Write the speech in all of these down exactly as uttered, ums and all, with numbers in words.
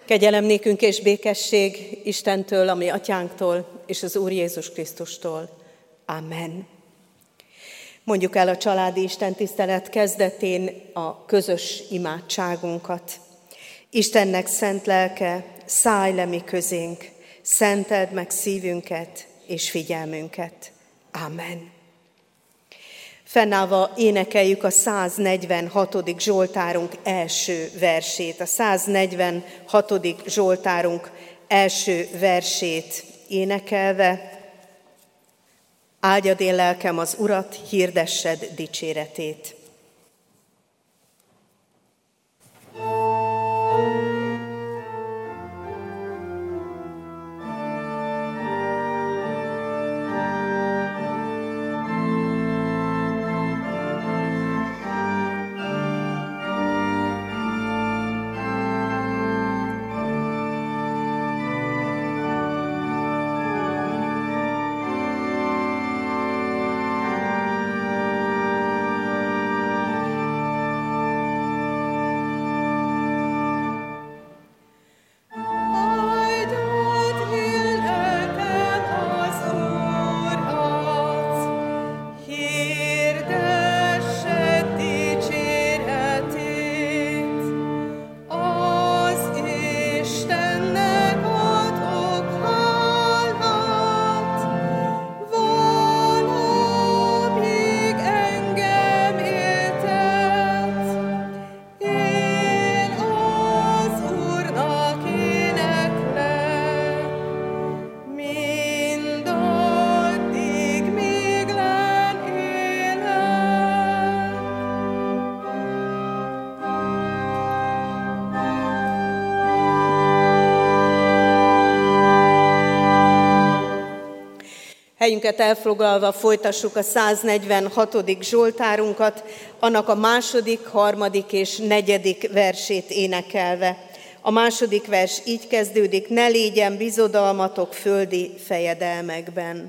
Kegyelem nékünk és békesség Istentől, a mi atyánktól, és az Úr Jézus Krisztustól. Amen. Mondjuk el a családi istentisztelet kezdetén a közös imádságunkat. Istennek szent lelke, szállj le mi közénk, szenteld meg szívünket és figyelmünket. Amen. Fennállva énekeljük a száznegyvenhatodik Zsoltárunk első versét. A száznegyvenhatodik Zsoltárunk első versét énekelve. Áldjad én lelkem az Urat, hirdessed dicséretét. Helyünket elfoglalva folytassuk a száznegyvenhatodik Zsoltárunkat, annak a második, harmadik és negyedik versét énekelve. A második vers így kezdődik: ne légyen bizodalmatok földi fejedelmekben.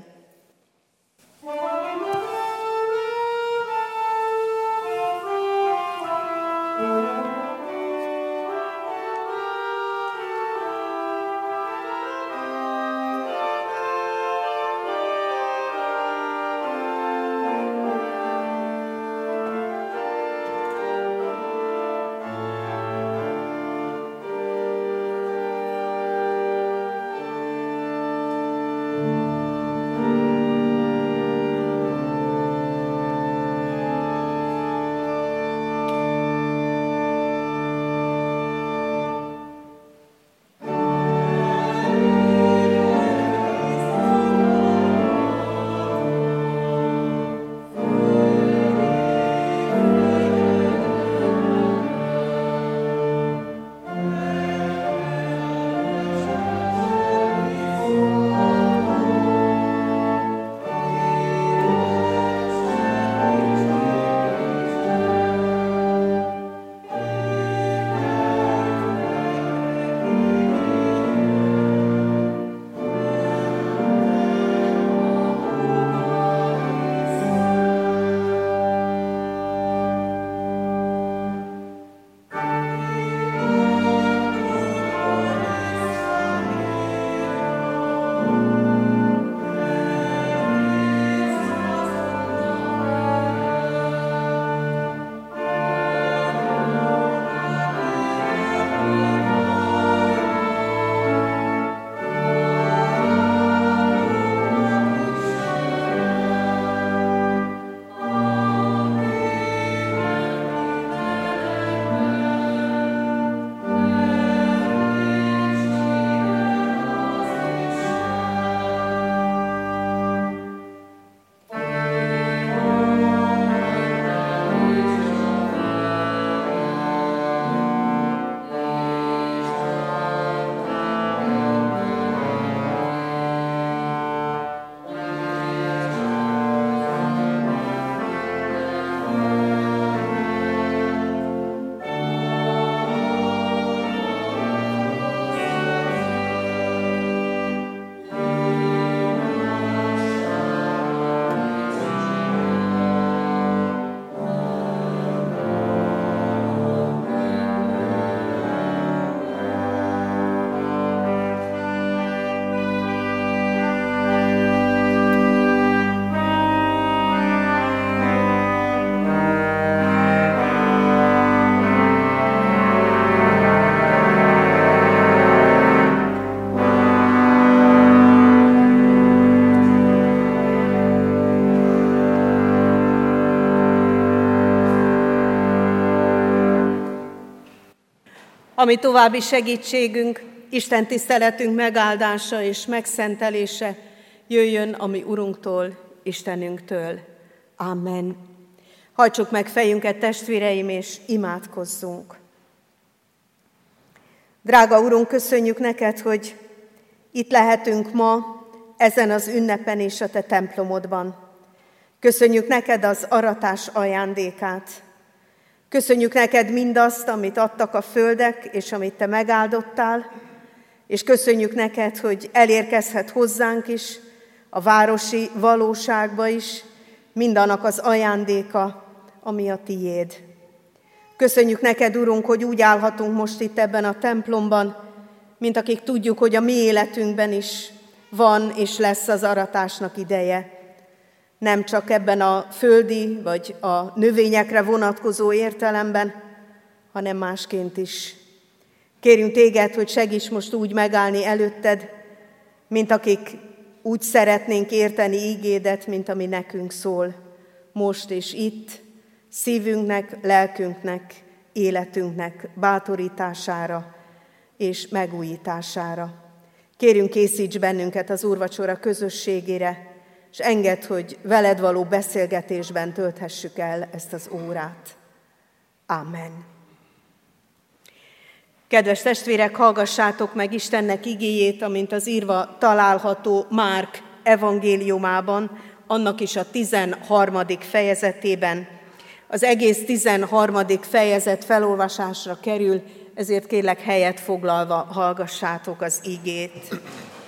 ami további segítségünk, Isten tiszteletünk megáldása és megszentelése jöjjön a mi Urunktól, Istenünktől. Amen. Hajtsuk meg fejünket, testvéreim, és imádkozzunk. Drága Urunk, köszönjük neked, hogy itt lehetünk ma, ezen az ünnepen és a te templomodban. Köszönjük neked az aratás ajándékát. Köszönjük neked mindazt, amit adtak a földek, és amit te megáldottál, és köszönjük neked, hogy elérkezhet hozzánk is, a városi valóságba is, mindannak az ajándéka, ami a tiéd. Köszönjük neked, Urunk, hogy úgy állhatunk most itt ebben a templomban, mint akik tudjuk, hogy a mi életünkben is van és lesz az aratásnak ideje. Nem csak ebben a földi vagy a növényekre vonatkozó értelemben, hanem másként is. Kérünk téged, hogy segíts most úgy megállni előtted, mint akik úgy szeretnénk érteni ígédet, mint ami nekünk szól. Most és itt, szívünknek, lelkünknek, életünknek bátorítására és megújítására. Kérünk, készíts bennünket az úrvacsora közösségére, és engedd, hogy veled való beszélgetésben tölthessük el ezt az órát. Amen. Kedves testvérek, hallgassátok meg Istennek igéjét, amint az írva található Márk evangéliumában, annak is a tizenharmadik fejezetében. Az egész tizenharmadik fejezet felolvasásra kerül, ezért kérlek helyet foglalva hallgassátok az igét.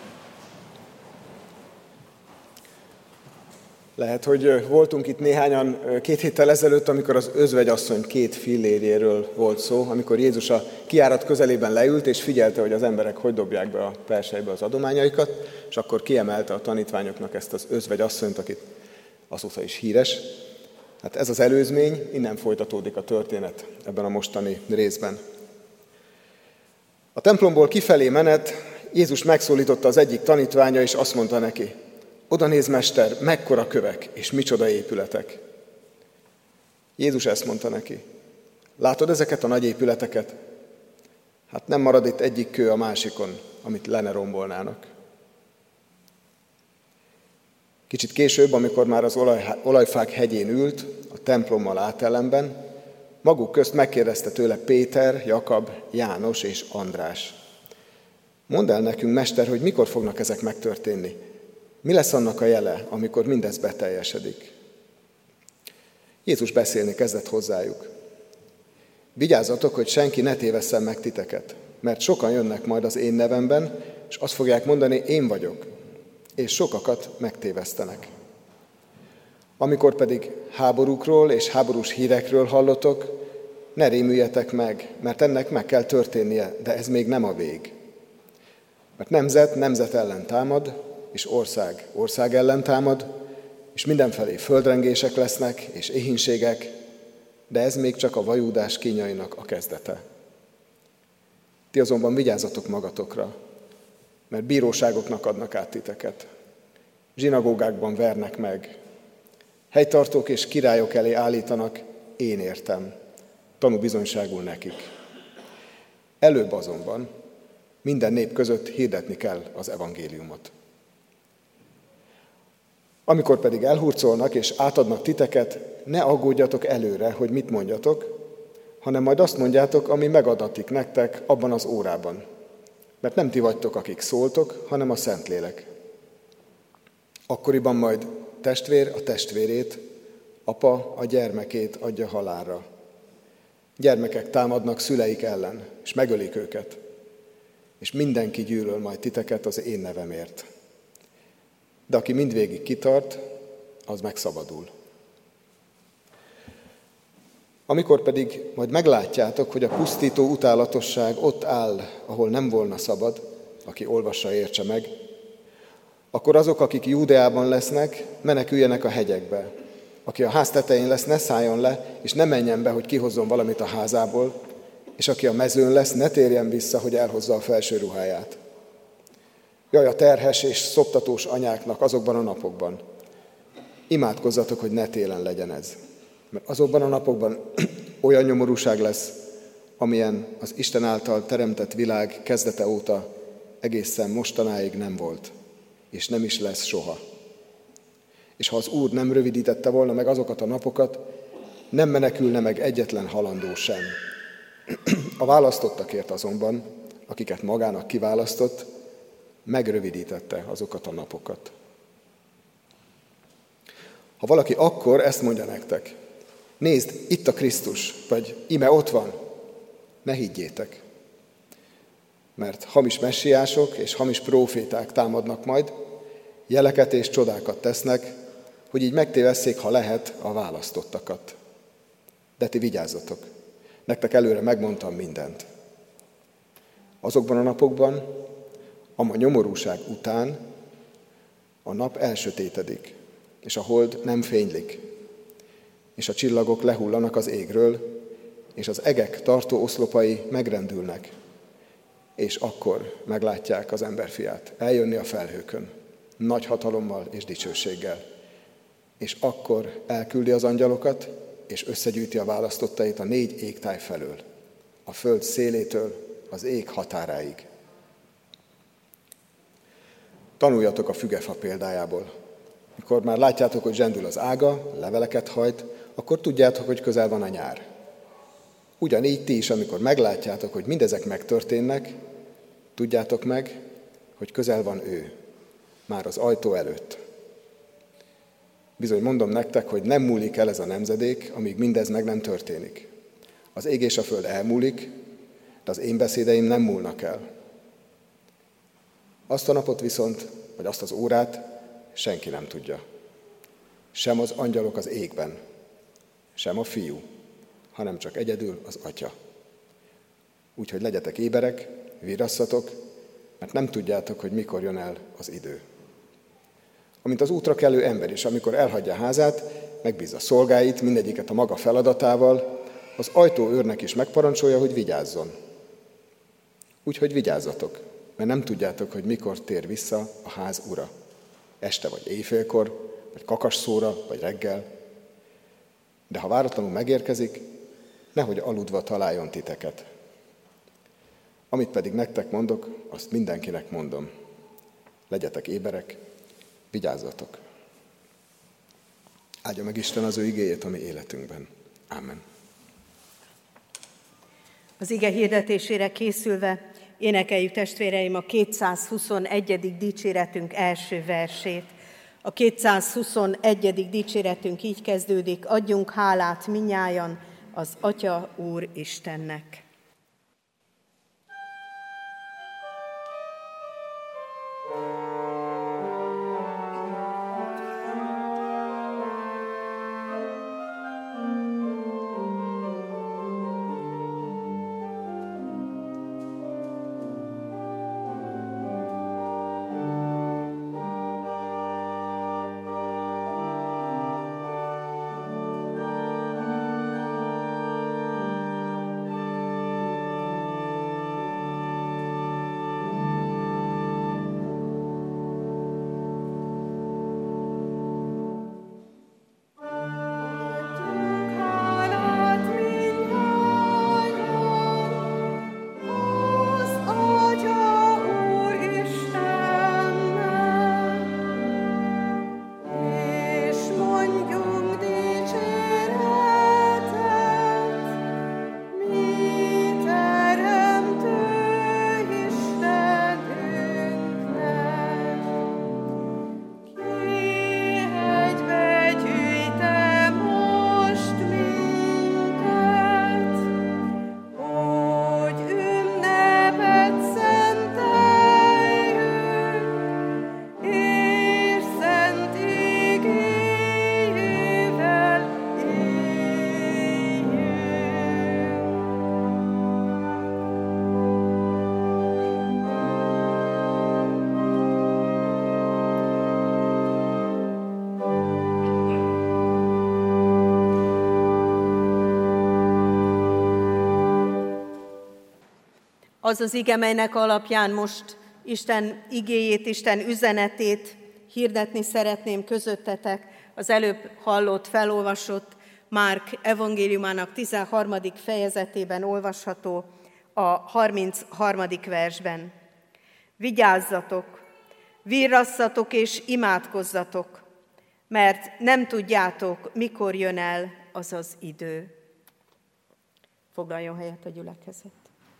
Lehet, hogy voltunk itt néhányan két héttel ezelőtt, amikor az özvegyasszony két fillérjéről volt szó, amikor Jézus a kijárat közelében leült, és figyelte, hogy az emberek hogy dobják be a perselybe az adományaikat, és akkor kiemelte a tanítványoknak ezt az özvegyasszonyt, akit azóta is híres. Hát ez az előzmény, innen folytatódik a történet ebben a mostani részben. A templomból kifelé menet, Jézus megszólította az egyik tanítványa, és azt mondta neki: oda nézd, mester, mekkora kövek, és micsoda épületek. Jézus ezt mondta neki: látod ezeket a nagy épületeket? Hát nem marad itt egyik kő a másikon, amit le ne rombolnának. Kicsit később, amikor már az olaj, olajfák hegyén ült, a templommal átellenben, maguk közt megkérdezte tőle Péter, Jakab, János és András: mondd el nekünk, mester, hogy mikor fognak ezek megtörténni? Mi lesz annak a jele, amikor mindez beteljesedik? Jézus beszélni kezdett hozzájuk: vigyázzatok, hogy senki ne tévesszen meg titeket, mert sokan jönnek majd az én nevemben, és azt fogják mondani, én vagyok, és sokakat megtévesztenek. Amikor pedig háborúkról és háborús hírekről hallotok, ne rémüljetek meg, mert ennek meg kell történnie, de ez még nem a vég. Mert nemzet nemzet ellen támad, és ország ország ellen támad, és mindenfelé földrengések lesznek, és éhínségek, de ez még csak a vajúdás kínjainak a kezdete. Ti azonban vigyázzatok magatokra, mert bíróságoknak adnak át titeket. Zsinagógákban vernek meg, helytartók és királyok elé állítanak, én értem, tanúbizonyságul nekik. Előbb azonban minden nép között hirdetni kell az evangéliumot. Amikor pedig elhurcolnak és átadnak titeket, ne aggódjatok előre, hogy mit mondjatok, hanem majd azt mondjátok, ami megadatik nektek abban az órában. Mert nem ti vagytok, akik szóltok, hanem a Szentlélek. Akkoriban majd testvér a testvérét, apa a gyermekét adja halálra. Gyermekek támadnak szüleik ellen, és megölik őket, és mindenki gyűlöl majd titeket az én nevemért. De aki mindvégig kitart, az megszabadul. Amikor pedig majd meglátjátok, hogy a pusztító utálatosság ott áll, ahol nem volna szabad, aki olvassa, értse meg, akkor azok, akik Júdeában lesznek, meneküljenek a hegyekbe. Aki a ház tetején lesz, ne szálljon le, és ne menjen be, hogy kihozzon valamit a házából, és aki a mezőn lesz, ne térjen vissza, hogy elhozza a felső ruháját. Jaj, a terhes és szoptatós anyáknak azokban a napokban. Imádkozzatok, hogy ne télen legyen ez. Mert azokban a napokban olyan nyomorúság lesz, amilyen az Isten által teremtett világ kezdete óta egészen mostanáig nem volt, és nem is lesz soha. És ha az Úr nem rövidítette volna meg azokat a napokat, nem menekülne meg egyetlen halandó sem. A választottakért azonban, akiket magának kiválasztott, megrövidítette azokat a napokat. Ha valaki akkor ezt mondja nektek, nézd, itt a Krisztus, vagy íme ott van, ne higgyétek. Mert hamis messiások és hamis próféták támadnak majd, jeleket és csodákat tesznek, hogy így megtévesszék, ha lehet, a választottakat. De ti vigyázzatok, nektek előre megmondtam mindent. Azokban a napokban, a nyomorúság után a nap elsötétedik, és a hold nem fénylik, és a csillagok lehullanak az égről, és az egek tartó oszlopai megrendülnek, és akkor meglátják az emberfiát eljönni a felhőkön, nagy hatalommal és dicsőséggel. És akkor elküldi az angyalokat, és összegyűjti a választottait a négy égtáj felől, a föld szélétől az ég határáig. Tanuljatok a fügefa példájából. Mikor már látjátok, hogy zsendül az ága, leveleket hajt, akkor tudjátok, hogy közel van a nyár. Ugyanígy ti is, amikor meglátjátok, hogy mindezek megtörténnek, tudjátok meg, hogy közel van ő, már az ajtó előtt. Bizony mondom nektek, hogy nem múlik el ez a nemzedék, amíg mindez meg nem történik. Az ég és a föld elmúlik, de az én beszédeim nem múlnak el. Azt a napot viszont, vagy azt az órát senki nem tudja. Sem az angyalok az égben, sem a fiú, hanem csak egyedül az Atya. Úgyhogy legyetek éberek, virasszatok, mert nem tudjátok, hogy mikor jön el az idő. Amint az útra kelő ember is, amikor elhagyja a házát, megbízza szolgáit, mindegyiket a maga feladatával, az ajtóőrnek is megparancsolja, hogy vigyázzon. Úgyhogy vigyázzatok, mert nem tudjátok, hogy mikor tér vissza a ház ura. Este vagy éjfélkor, vagy kakasszóra, vagy reggel. De ha váratlanul megérkezik, nehogy aludva találjon titeket. Amit pedig nektek mondok, azt mindenkinek mondom. Legyetek éberek, vigyázzatok. Áldja meg Isten az ő igéjét a mi életünkben. Amen. Az ige hirdetésére készülve énekeljük, testvéreim, a kétszázhuszonegyedik dicséretünk első versét. A kétszázhuszonegyedik dicséretünk így kezdődik: adjunk hálát mindnyájan az Atya Úr Istennek. Az az ige, melynek alapján most Isten igéjét, Isten üzenetét hirdetni szeretném közöttetek, az előbb hallott, felolvasott Márk evangéliumának tizenharmadik fejezetében olvasható a harmincharmadik versben. Vigyázzatok, virrasszatok és imádkozzatok, mert nem tudjátok, mikor jön el az az idő. Foglaljon helyet a gyülekezet.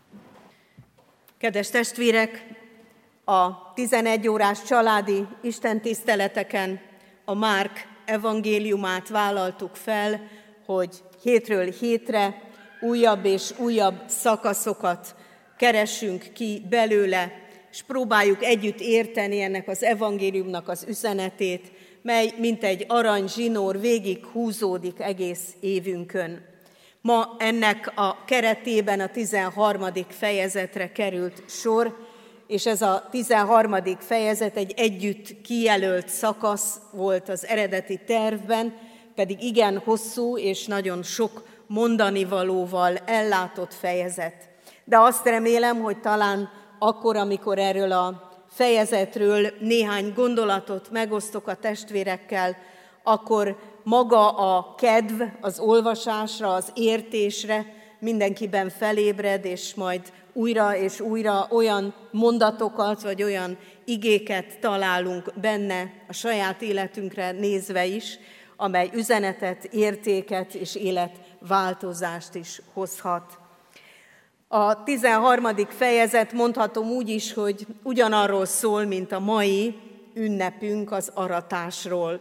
Kedves testvérek, a tizenegy órás családi istentiszteleteken a Márk evangéliumát vállaltuk fel, hogy hétről hétre újabb és újabb szakaszokat keresünk ki belőle, és próbáljuk együtt érteni ennek az evangéliumnak az üzenetét, mely mint egy aranyzsinór végig húzódik egész évünkön. Ma ennek a keretében a tizenharmadik fejezetre került sor, és ez a tizenharmadik fejezet egy együtt kijelölt szakasz volt az eredeti tervben, pedig igen hosszú és nagyon sok mondanivalóval ellátott fejezet. De azt remélem, hogy talán akkor, amikor erről a fejezetről néhány gondolatot megosztok a testvérekkel, akkor maga a kedv az olvasásra, az értésre mindenkiben felébred, és majd újra és újra olyan mondatokat, vagy olyan igéket találunk benne a saját életünkre nézve is, amely üzenetet, értéket és életváltozást is hozhat. A tizenharmadik fejezet mondhatom úgy is, hogy ugyanarról szól, mint a mai ünnepünk, az aratásról.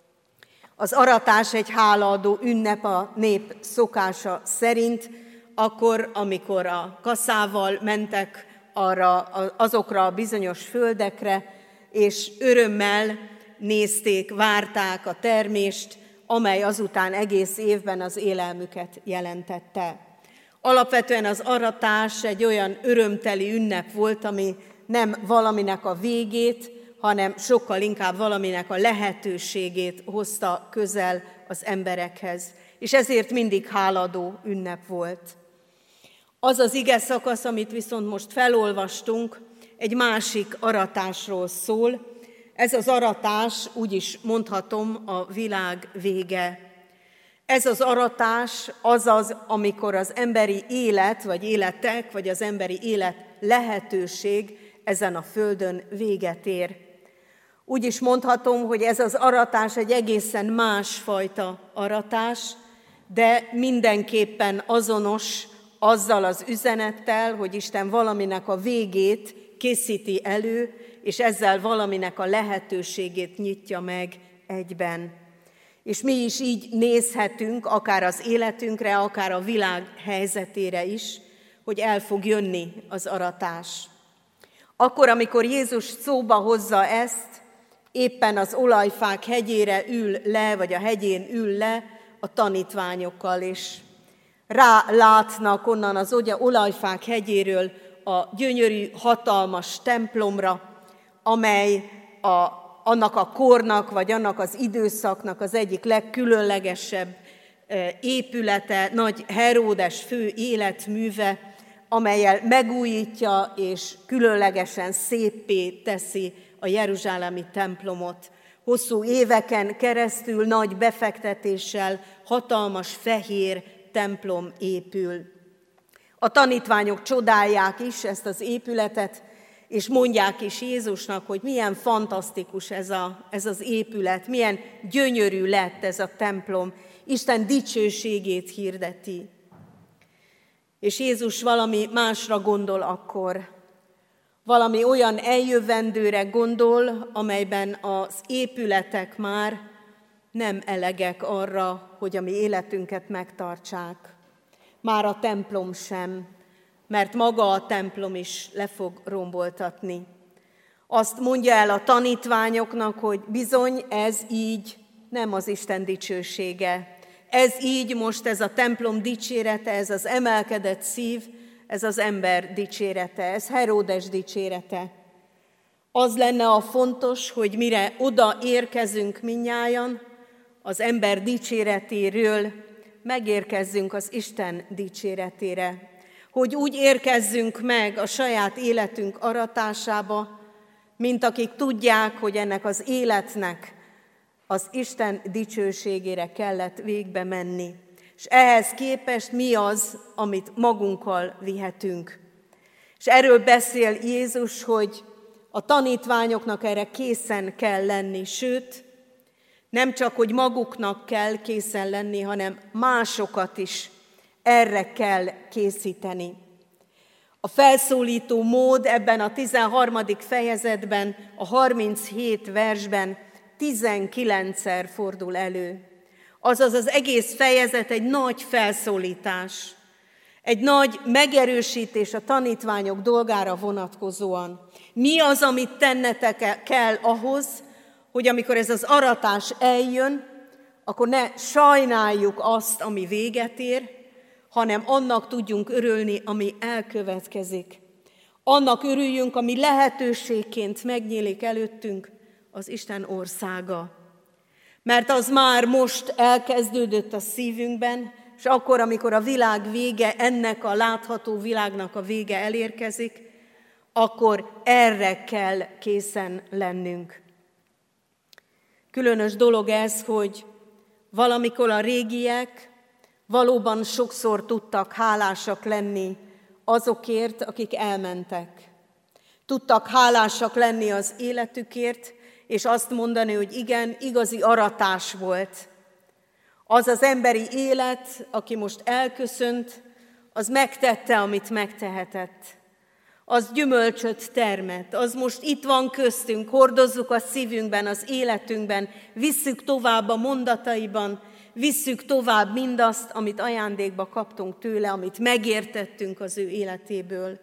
Az aratás egy hálaadó ünnep a nép szokása szerint, akkor, amikor a kaszával mentek arra, azokra a bizonyos földekre, és örömmel nézték, várták a termést, amely azután egész évben az élelmüket jelentette. Alapvetően az aratás egy olyan örömteli ünnep volt, ami nem valaminek a végét, hanem sokkal inkább valaminek a lehetőségét hozta közel az emberekhez. És ezért mindig háladó ünnep volt. Az az ige szakasz, amit viszont most felolvastunk, egy másik aratásról szól. Ez az aratás, úgy is mondhatom, a világ vége. Ez az aratás az az, amikor az emberi élet, vagy életek, vagy az emberi élet lehetőség ezen a földön véget ér. Úgy is mondhatom, hogy ez az aratás egy egészen másfajta aratás, de mindenképpen azonos azzal az üzenettel, hogy Isten valaminek a végét készíti elő, és ezzel valaminek a lehetőségét nyitja meg egyben. És mi is így nézhetünk, akár az életünkre, akár a világ helyzetére is, hogy el fog jönni az aratás. Akkor, amikor Jézus szóba hozza ezt, éppen az olajfák hegyére ül le, vagy a hegyén ül le a tanítványokkal, és rálátnak onnan az olajfák hegyéről a gyönyörű, hatalmas templomra, amely a, annak a kornak, vagy annak az időszaknak az egyik legkülönlegesebb épülete, nagy Heródes fő életműve, amellyel megújítja és különlegesen széppé teszi a jeruzsálemi templomot. Hosszú éveken keresztül nagy befektetéssel hatalmas fehér templom épül. A tanítványok csodálják is ezt az épületet, és mondják is Jézusnak, hogy milyen fantasztikus ez, a, ez az épület, milyen gyönyörű lett ez a templom, Isten dicsőségét hirdeti. És Jézus valami másra gondol akkor, valami olyan eljövendőre gondol, amelyben az épületek már nem elegek arra, hogy a mi életünket megtartsák. Már a templom sem, mert maga a templom is le fog romboltatni. Azt mondja el a tanítványoknak, hogy bizony ez így nem az Isten dicsősége. Ez így most ez a templom dicsérete, ez az emelkedett szív, ez az ember dicsérete, ez Heródes dicsérete. Az lenne a fontos, hogy mire oda érkezünk mindnyájan, az ember dicséretéről megérkezzünk az Isten dicséretére. Hogy úgy érkezzünk meg a saját életünk aratásába, mint akik tudják, hogy ennek az életnek az Isten dicsőségére kellett végbe menni. És ehhez képest mi az, amit magunkkal vihetünk. És erről beszél Jézus, hogy a tanítványoknak erre készen kell lenni, sőt, nem csak, hogy maguknak kell készen lenni, hanem másokat is erre kell készíteni. A felszólító mód ebben a tizenharmadik fejezetben, a harminchét versben tizenkilencszer fordul elő. Azaz az egész fejezet egy nagy felszólítás, egy nagy megerősítés a tanítványok dolgára vonatkozóan. Mi az, amit tennetek kell ahhoz, hogy amikor ez az aratás eljön, akkor ne sajnáljuk azt, ami véget ér, hanem annak tudjunk örülni, ami elkövetkezik. Annak örüljünk, ami lehetőségként megnyílik előttünk, az Isten országa. Mert az már most elkezdődött a szívünkben, és akkor, amikor a világ vége, ennek a látható világnak a vége elérkezik, akkor erre kell készen lennünk. Különös dolog ez, hogy valamikor a régiek valóban sokszor tudtak hálásak lenni azokért, akik elmentek. Tudtak hálásak lenni az életükért, és azt mondani, hogy igen, igazi aratás volt. Az az emberi élet, aki most elköszönt, az megtette, amit megtehetett. Az gyümölcsöt termett, az most itt van köztünk, hordozzuk a szívünkben, az életünkben, visszük tovább a mondataiban, visszük tovább mindazt, amit ajándékba kaptunk tőle, amit megértettünk az ő életéből.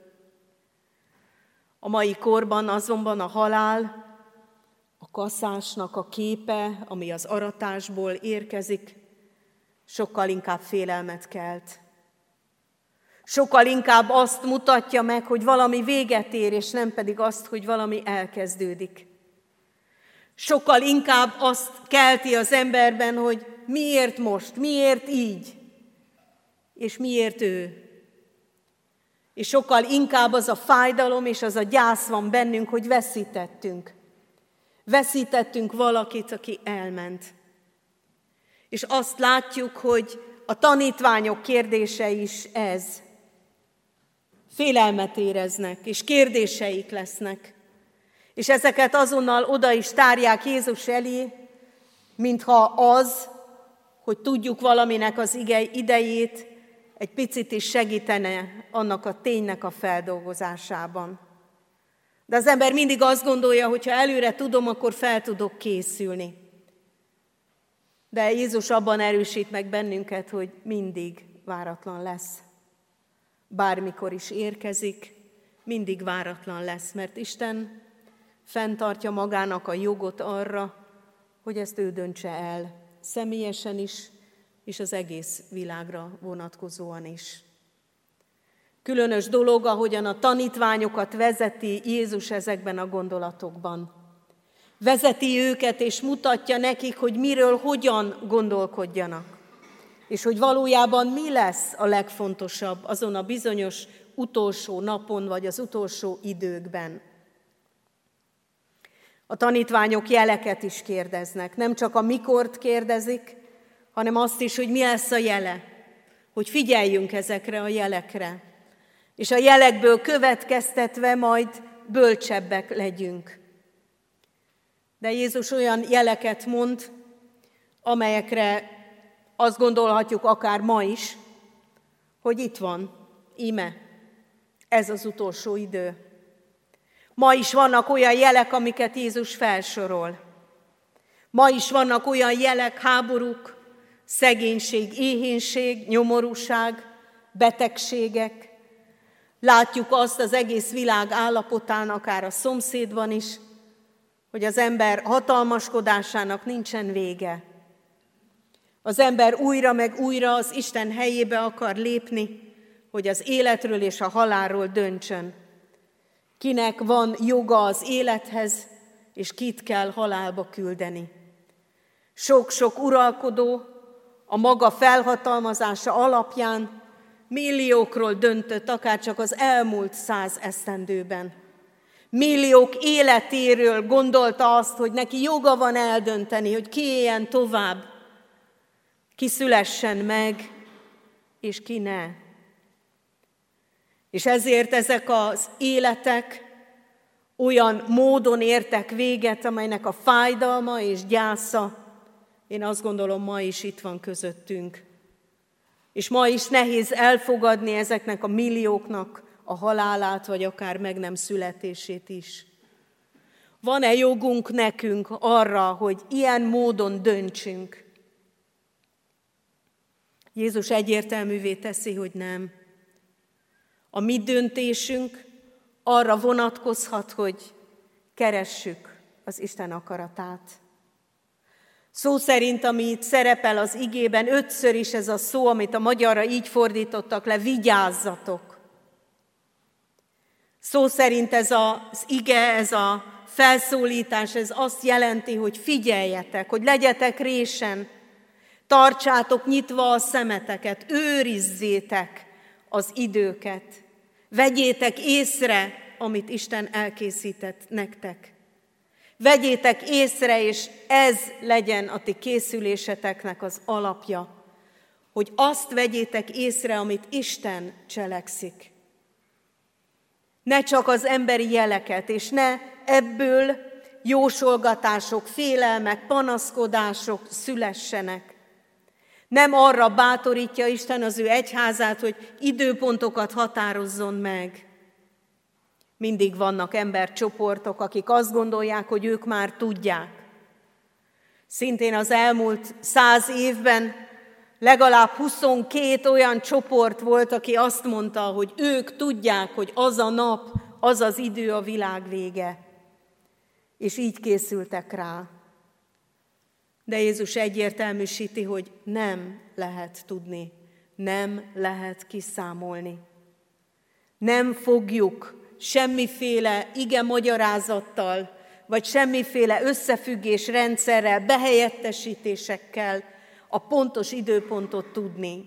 A mai korban azonban a halál, a kaszásnak a képe, ami az aratásból érkezik, sokkal inkább félelmet kelt. Sokkal inkább azt mutatja meg, hogy valami véget ér, és nem pedig azt, hogy valami elkezdődik. Sokkal inkább azt kelti az emberben, hogy miért most, miért így, és miért ő. És sokkal inkább az a fájdalom és az a gyász van bennünk, hogy veszítettünk. Veszítettünk valakit, aki elment. És azt látjuk, hogy a tanítványok kérdése is ez. Félelmet éreznek, és kérdéseik lesznek. És ezeket azonnal oda is tárják Jézus elé, mintha az, hogy tudjuk valaminek az idejét, egy picit is segítene annak a ténynek a feldolgozásában. De az ember mindig azt gondolja, hogy ha előre tudom, akkor fel tudok készülni. De Jézus abban erősít meg bennünket, hogy mindig váratlan lesz. Bármikor is érkezik, mindig váratlan lesz, mert Isten fenntartja magának a jogot arra, hogy ezt ő döntse el, személyesen is, és az egész világra vonatkozóan is. Különös dolog, ahogyan a tanítványokat vezeti Jézus ezekben a gondolatokban. Vezeti őket, és mutatja nekik, hogy miről, hogyan gondolkodjanak. És hogy valójában mi lesz a legfontosabb azon a bizonyos utolsó napon, vagy az utolsó időkben. A tanítványok jeleket is kérdeznek. Nem csak a mikort kérdezik, hanem azt is, hogy mi lesz a jele. Hogy figyeljünk ezekre a jelekre. És a jelekből következtetve majd bölcsebbek legyünk. De Jézus olyan jeleket mond, amelyekre azt gondolhatjuk akár ma is, hogy itt van, íme, ez az utolsó idő. Ma is vannak olyan jelek, amiket Jézus felsorol. Ma is vannak olyan jelek, háborúk, szegénység, éhínség, nyomorúság, betegségek. Látjuk azt az egész világ állapotán, akár a szomszédban is, hogy az ember hatalmaskodásának nincsen vége. Az ember újra meg újra az Isten helyébe akar lépni, hogy az életről és a halálról döntsön. Kinek van joga az élethez, és kit kell halálba küldeni. Sok-sok uralkodó a maga felhatalmazása alapján milliókról döntött, akár csak az elmúlt száz esztendőben. Milliók életéről gondolta azt, hogy neki joga van eldönteni, hogy ki éljen tovább, ki szülessen meg, és ki ne. És ezért ezek az életek olyan módon értek véget, amelynek a fájdalma és gyásza, én azt gondolom, ma is itt van közöttünk. És ma is nehéz elfogadni ezeknek a millióknak a halálát, vagy akár meg nem születését is. Van-e jogunk nekünk arra, hogy ilyen módon döntsünk? Jézus egyértelművé teszi, hogy nem. A mi döntésünk arra vonatkozhat, hogy keressük az Isten akaratát. Szó szerint, ami itt szerepel az igében, ötször is ez a szó, amit a magyarra így fordítottak le, vigyázzatok. Szó szerint ez az ige, ez a felszólítás, ez azt jelenti, hogy figyeljetek, hogy legyetek résen, tartsátok nyitva a szemeteket, őrizzétek az időket, vegyétek észre, amit Isten elkészített nektek. Vegyétek észre, és ez legyen a ti készüléseteknek az alapja, hogy azt vegyétek észre, amit Isten cselekszik. Ne csak az emberi jeleket, és ne ebből jósolgatások, félelmek, panaszkodások szülessenek. Nem arra bátorítja Isten az ő egyházát, hogy időpontokat határozzon meg. Mindig vannak embercsoportok, akik azt gondolják, hogy ők már tudják. Szintén az elmúlt száz évben legalább huszonkét olyan csoport volt, aki azt mondta, hogy ők tudják, hogy az a nap, az az idő a világ vége. És így készültek rá. De Jézus egyértelműsíti, hogy nem lehet tudni, nem lehet kiszámolni. Nem fogjuk semmiféle ige magyarázattal, vagy semmiféle összefüggés rendszerrel, behelyettesítésekkel a pontos időpontot tudni.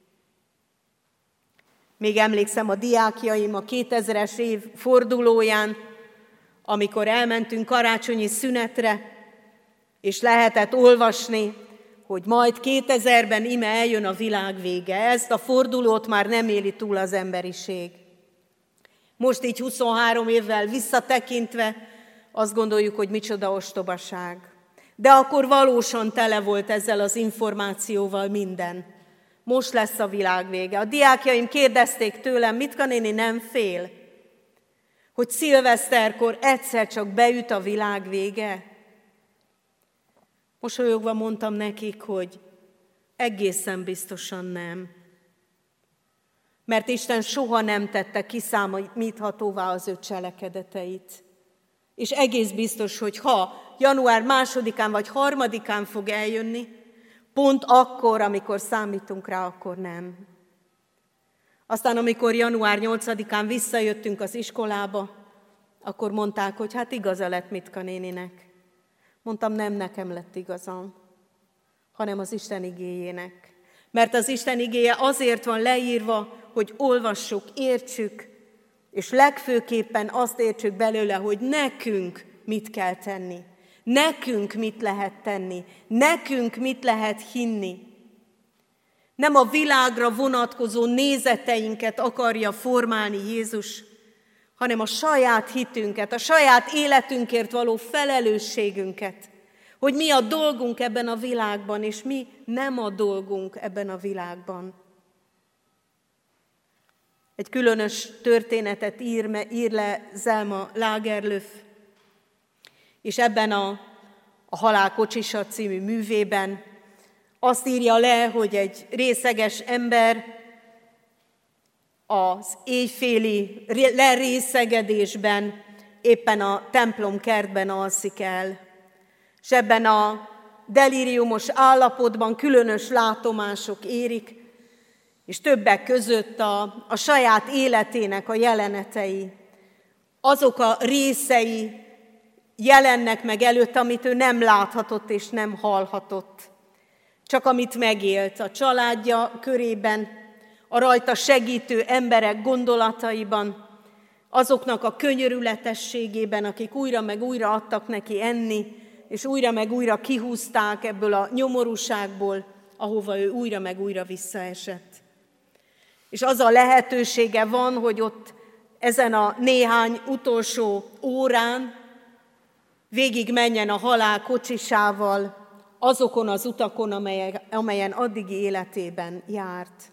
Még emlékszem a diákjaim a kétezres év fordulóján, amikor elmentünk karácsonyi szünetre, és lehetett olvasni, hogy majd kétezerben ime eljön a világ vége. Ezt a fordulót már nem éli túl az emberiség. Most így huszonhárom évvel visszatekintve azt gondoljuk, hogy micsoda ostobaság. De akkor valósan tele volt ezzel az információval minden. Most lesz a világ vége. A diákjaim kérdezték tőlem, Mitka néni nem fél, hogy szilveszterkor egyszer csak beüt a világ vége? Mosolyogva mondtam nekik, hogy egészen biztosan nem. Mert Isten soha nem tette kiszámíthatóvá az ő cselekedeteit. És egész biztos, hogy ha január másodikán vagy harmadikán fog eljönni, pont akkor, amikor számítunk rá, akkor nem. Aztán, amikor január nyolcadikán visszajöttünk az iskolába, akkor mondták, hogy hát igaza lett Mitka néninek. Mondtam, nem nekem lett igazam, hanem az Isten igéjének. Mert az Isten igéje azért van leírva, hogy olvassuk, értsük, és legfőképpen azt értsük belőle, hogy nekünk mit kell tenni, nekünk mit lehet tenni, nekünk mit lehet hinni. Nem a világra vonatkozó nézeteinket akarja formálni Jézus, hanem a saját hitünket, a saját életünkért való felelősségünket, hogy mi a dolgunk ebben a világban, és mi nem a dolgunk ebben a világban. Egy különös történetet ír, ír le Selma Lagerlöf, és ebben a, a Halál kocsisa című művében azt írja le, hogy egy részeges ember az éjféli lerészegedésben éppen a templom kertben alszik el, és ebben a delíriumos állapotban különös látomások érik, és többek között a, a saját életének a jelenetei, azok a részei jelennek meg előtt, amit ő nem láthatott és nem hallhatott, csak amit megélt a családja körében, a rajta segítő emberek gondolataiban, azoknak a könyörületességében, akik újra meg újra adtak neki enni, és újra meg újra kihúzták ebből a nyomorúságból, ahova ő újra meg újra visszaesett. És az a lehetősége van, hogy ott ezen a néhány utolsó órán végig menjen a halál kocsisával azokon az utakon, amelyen addigi életében járt.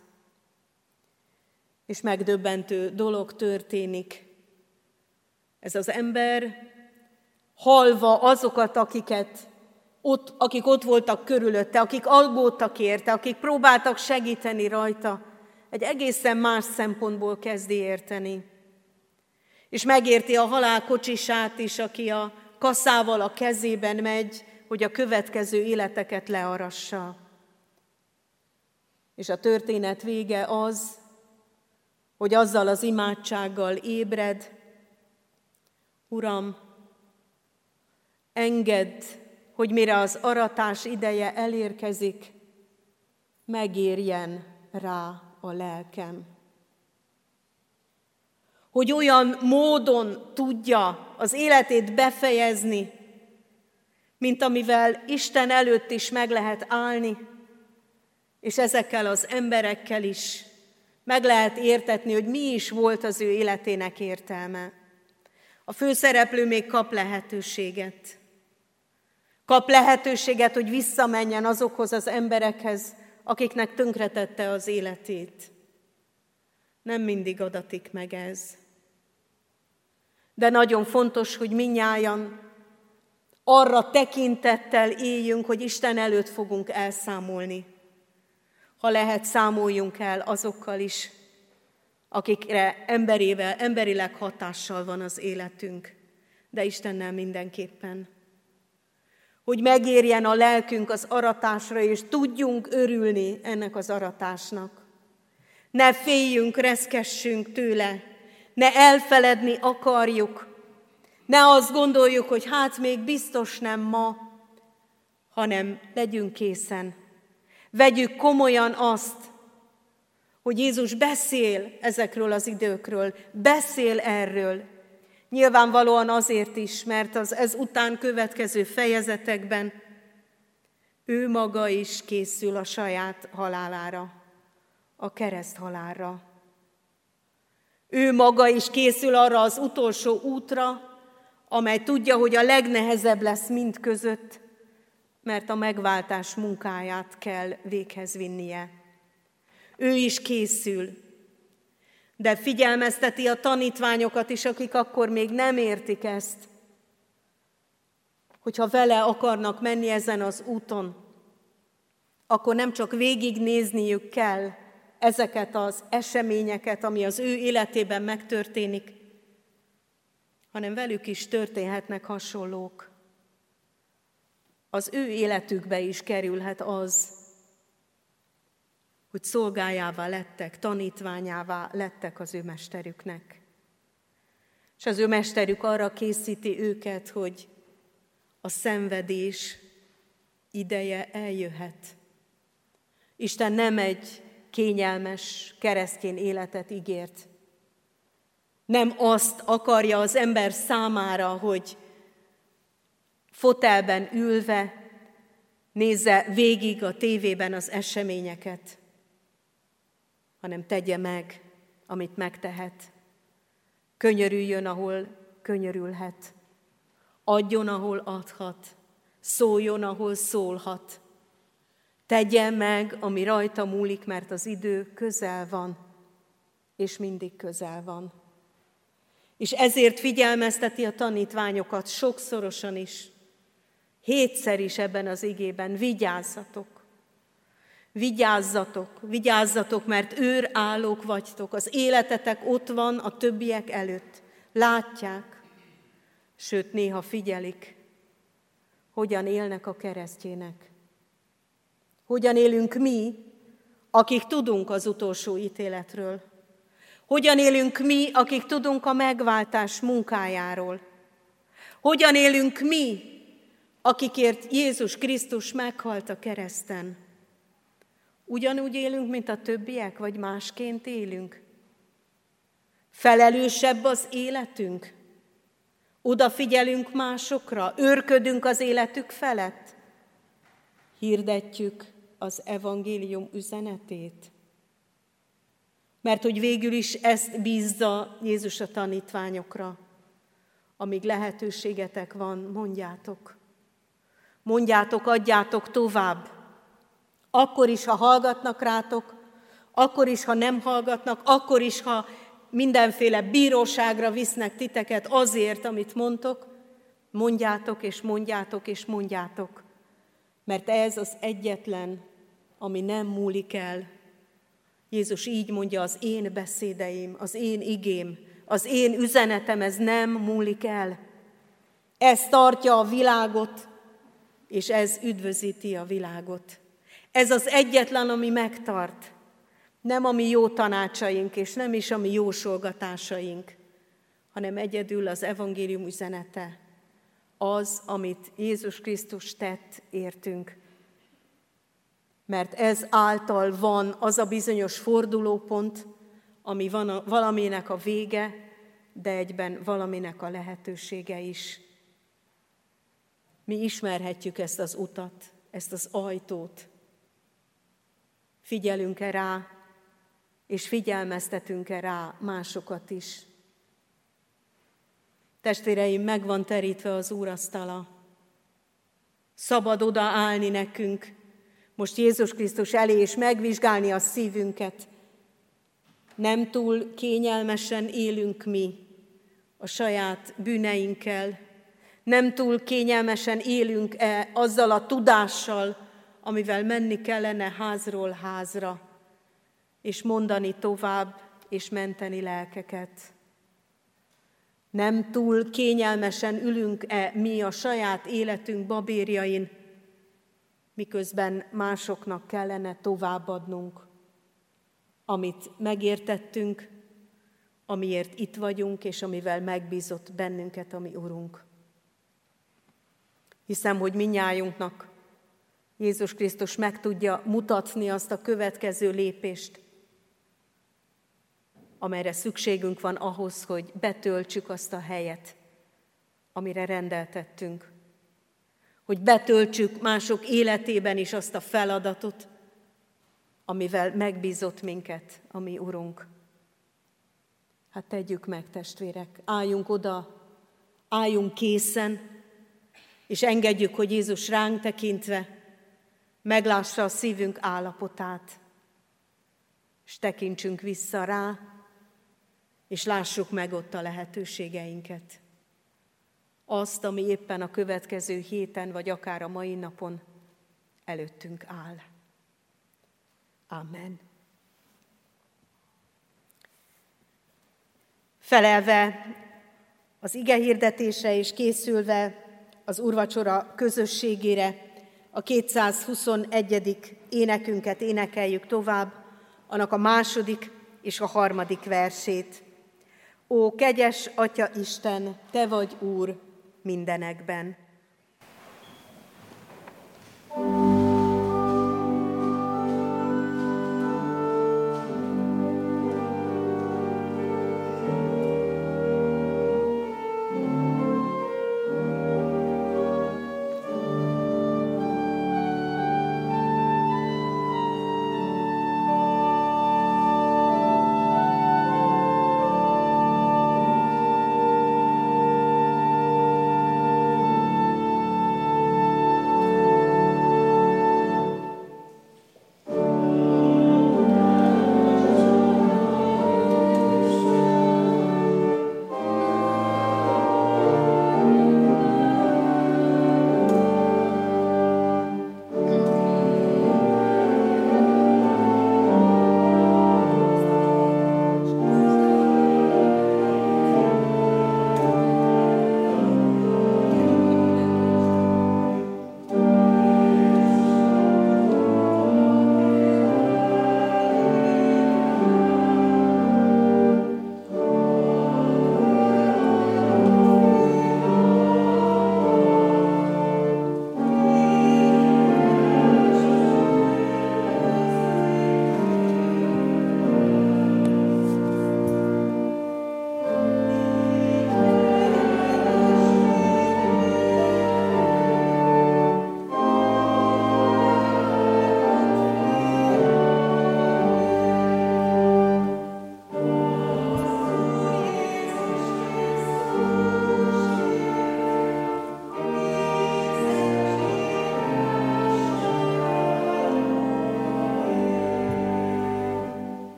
És megdöbbentő dolog történik. Ez az ember hallva azokat, akiket ott, akik ott voltak körülötte, akik aggódtak érte, akik próbáltak segíteni rajta, egy egészen más szempontból kezdi érteni. És megérti a halál kocsisát is, aki a kaszával a kezében megy, hogy a következő életeket learassa. És a történet vége az, hogy azzal az imádsággal ébred: Uram, engedd, hogy mire az aratás ideje elérkezik, megérjen rá a lelkem. Hogy olyan módon tudja az életét befejezni, mint amivel Isten előtt is meg lehet állni, és ezekkel az emberekkel is meg lehet értetni, hogy mi is volt az ő életének értelme. A főszereplő még kap lehetőséget. Kap lehetőséget, hogy visszamenjen azokhoz az emberekhez, akiknek tönkretette az életét. Nem mindig adatik meg ez. De nagyon fontos, hogy mindnyájan arra tekintettel éljünk, hogy Isten előtt fogunk elszámolni. Ha lehet, számoljunk el azokkal is, akikre emberével, emberileg hatással van az életünk, de Istennel mindenképpen. Hogy megérjen a lelkünk az aratásra, és tudjunk örülni ennek az aratásnak. Ne féljünk, reszkessünk tőle, ne elfeledni akarjuk, ne azt gondoljuk, hogy hát még biztos nem ma, hanem legyünk készen. Vegyük komolyan azt, hogy Jézus beszél ezekről az időkről, beszél erről. Nyilvánvalóan azért is, mert az ez után következő fejezetekben ő maga is készül a saját halálára, a kereszt halálra. Ő maga is készül arra az utolsó útra, amely tudja, hogy a legnehezebb lesz mind között, mert a megváltás munkáját kell véghez vinnie. Ő is készül, de figyelmezteti a tanítványokat is, akik akkor még nem értik ezt, hogyha vele akarnak menni ezen az úton, akkor nem csak végignézniük kell ezeket az eseményeket, ami az ő életében megtörténik, hanem velük is történhetnek hasonlók. Az ő életükbe is kerülhet az, hogy szolgájává lettek, tanítványává lettek az ő mesterüknek. És az ő mesterük arra készíti őket, hogy a szenvedés ideje eljöhet. Isten nem egy kényelmes keresztény életet ígért. Nem azt akarja az ember számára, hogy fotelben ülve nézze végig a tévében az eseményeket, hanem tegye meg, amit megtehet. Könyörüljön, ahol könyörülhet. Adjon, ahol adhat. Szóljon, ahol szólhat. Tegye meg, ami rajta múlik, mert az idő közel van, és mindig közel van. És ezért figyelmezteti a tanítványokat sokszorosan is, hétszer is ebben az igében: vigyázzatok, vigyázzatok, vigyázzatok, mert őrállók vagytok, az életetek ott van a többiek előtt, látják, sőt néha figyelik, hogyan élnek a keresztjének. Hogyan élünk mi, akik tudunk az utolsó ítéletről. Hogyan élünk mi, akik tudunk a megváltás munkájáról. Hogyan élünk mi, akikért Jézus Krisztus meghalt a kereszten. Ugyanúgy élünk, mint a többiek, vagy másként élünk? Felelősebb az életünk? Odafigyelünk másokra? Őrködünk az életük felett? Hirdetjük az evangélium üzenetét? Mert hogy végül is ezt bízza Jézus a tanítványokra. Amíg lehetőségetek van, mondjátok. Mondjátok, adjátok tovább. Akkor is, ha hallgatnak rátok, akkor is, ha nem hallgatnak, akkor is, ha mindenféle bíróságra visznek titeket azért, amit mondtok, mondjátok és mondjátok és mondjátok. Mert ez az egyetlen, ami nem múlik el. Jézus így mondja, az én beszédeim, az én igém, az én üzenetem, ez nem múlik el. Ez tartja a világot, és ez üdvözíti a világot. Ez az egyetlen, ami megtart. Nem a mi jó tanácsaink, és nem is a mi jósolgatásaink, hanem egyedül az evangélium üzenete. Az, amit Jézus Krisztus tett értünk. Mert ez által van az a bizonyos fordulópont, ami van a, valaminek a vége, de egyben valaminek a lehetősége is. Mi ismerhetjük ezt az utat, ezt az ajtót. Figyelünk-e rá, és figyelmeztetünk-e rá másokat is. Testvéreim, meg van terítve az úrasztala. Szabad odaállni nekünk, most Jézus Krisztus elé, és megvizsgálni a szívünket. Nem túl kényelmesen élünk mi a saját bűneinkkel, nem túl kényelmesen élünk-e azzal a tudással, amivel menni kellene házról házra, és mondani tovább, és menteni lelkeket. Nem túl kényelmesen ülünk-e mi a saját életünk babérjain, miközben másoknak kellene továbbadnunk, amit megértettünk, amiért itt vagyunk, és amivel megbízott bennünket a mi Urunk. Hiszem, hogy mindnyájunknak Jézus Krisztus meg tudja mutatni azt a következő lépést, amelyre szükségünk van ahhoz, hogy betöltsük azt a helyet, amire rendeltettünk. Hogy betöltsük mások életében is azt a feladatot, amivel megbízott minket a mi Urunk. Hát tegyük meg, testvérek, álljunk oda, álljunk készen, és engedjük, hogy Jézus ránk tekintve meglássa a szívünk állapotát, és tekintsünk vissza rá, és lássuk meg ott a lehetőségeinket. Azt, ami éppen a következő héten, vagy akár a mai napon előttünk áll. Amen. Felelve az ige hirdetésre és készülve az úrvacsora közösségére a kétszázhuszonegyedik énekünket énekeljük tovább, annak a második és a harmadik versét. Ó, kegyes Atya Isten, Te vagy Úr mindenekben.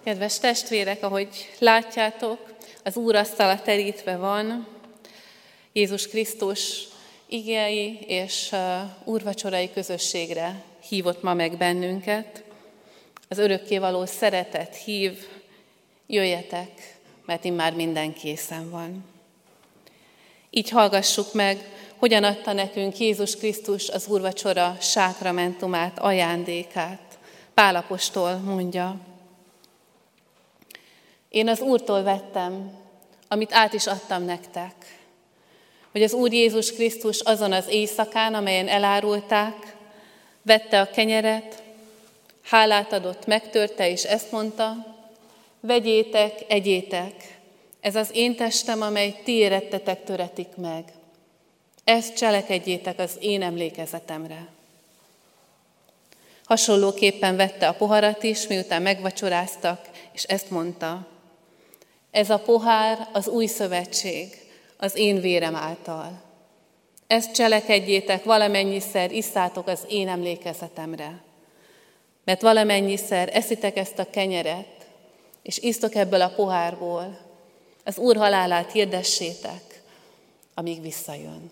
Kedves testvérek, ahogy látjátok, az úrasztala terítve van, Jézus Krisztus igéi és úrvacsorai közösségre hívott ma meg bennünket. Az örökkévaló szeretet hív, jöjjetek, mert immár minden készen van. Így hallgassuk meg, hogyan adta nekünk Jézus Krisztus az úrvacsora sákramentumát, ajándékát. Pál apostol mondja: én az Úrtól vettem, amit át is adtam nektek, hogy az Úr Jézus Krisztus azon az éjszakán, amelyen elárulták, vette a kenyeret, hálát adott, megtörte, és ezt mondta: vegyétek, egyétek, ez az én testem, amely ti érettetek töretik meg. Ezt cselekedjétek az én emlékezetemre. Hasonlóképpen vette a poharat is, miután megvacsoráztak, és ezt mondta: ez a pohár az új szövetség, az én vérem által. Ezt cselekedjétek, valamennyiszer isszátok az én emlékezetemre. Mert valamennyiszer eszitek ezt a kenyeret, és isztok ebből a pohárból, az Úr halálát hirdessétek, amíg visszajön.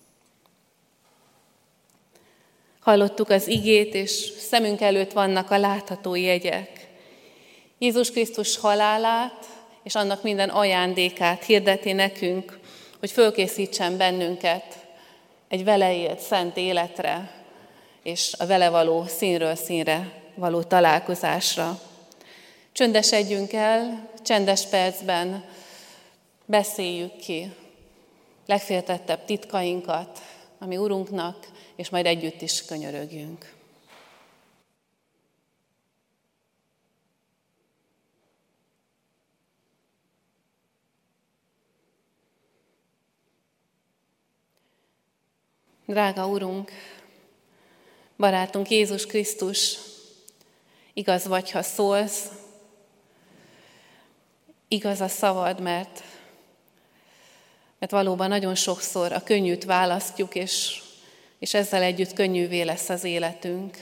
Hallottuk az igét, és szemünk előtt vannak a látható jegyek. Jézus Krisztus halálát és annak minden ajándékát hirdeti nekünk, hogy fölkészítsen bennünket egy vele élt szent életre, és a vele való színről színre való találkozásra. Csöndesedjünk el, csendes percben beszéljük ki legféltettebb titkainkat a mi Urunknak, és majd együtt is könyörögjünk. Drága Urunk, barátunk Jézus Krisztus, igaz vagy, ha szólsz, igaz a szavad, mert, mert valóban nagyon sokszor a könnyűt választjuk, és, és ezzel együtt könnyűvé lesz az életünk.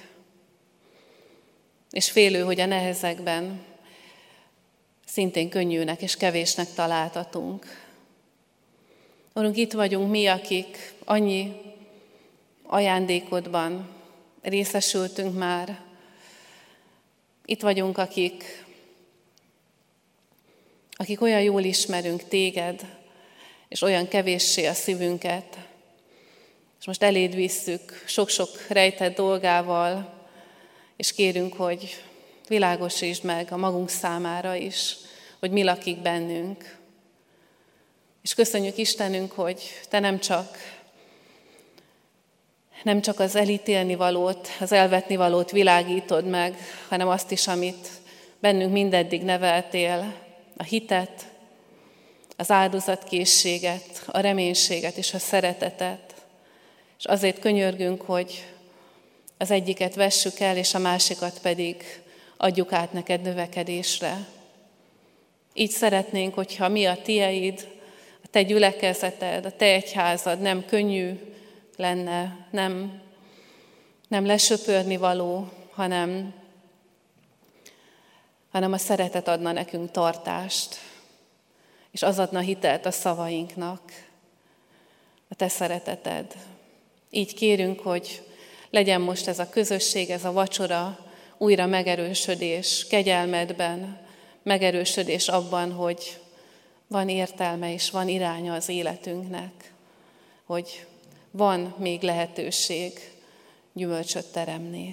És félő, hogy a nehezekben szintén könnyűnek és kevésnek találtatunk. Urunk, itt vagyunk mi, akik annyi ajándékodban részesültünk már. Itt vagyunk, akik, akik olyan jól ismerünk téged, és olyan kevéssé a szívünket, és most eléd visszük sok-sok rejtett dolgával, és kérünk, hogy világosítsd meg a magunk számára is, hogy mi lakik bennünk. És köszönjük Istenünk, hogy te nem csak Nem csak az elítélni valót, az elvetni valót világítod meg, hanem azt is, amit bennünk mindeddig neveltél, a hitet, az áldozatkészséget, a reménységet és a szeretetet. És azért könyörgünk, hogy az egyiket vessük el, és a másikat pedig adjuk át neked növekedésre. Így szeretnénk, hogyha mi a tieid, a te gyülekezeted, a te egyházad nem könnyű lenne, nem, nem lesöpörni való, hanem, hanem a szeretet adna nekünk tartást, és az adna hitelt a szavainknak, a te szereteted. Így kérünk, hogy legyen most ez a közösség, ez a vacsora újra megerősödés kegyelmedben, megerősödés abban, hogy van értelme és van iránya az életünknek, hogy van még lehetőség gyümölcsöt teremni.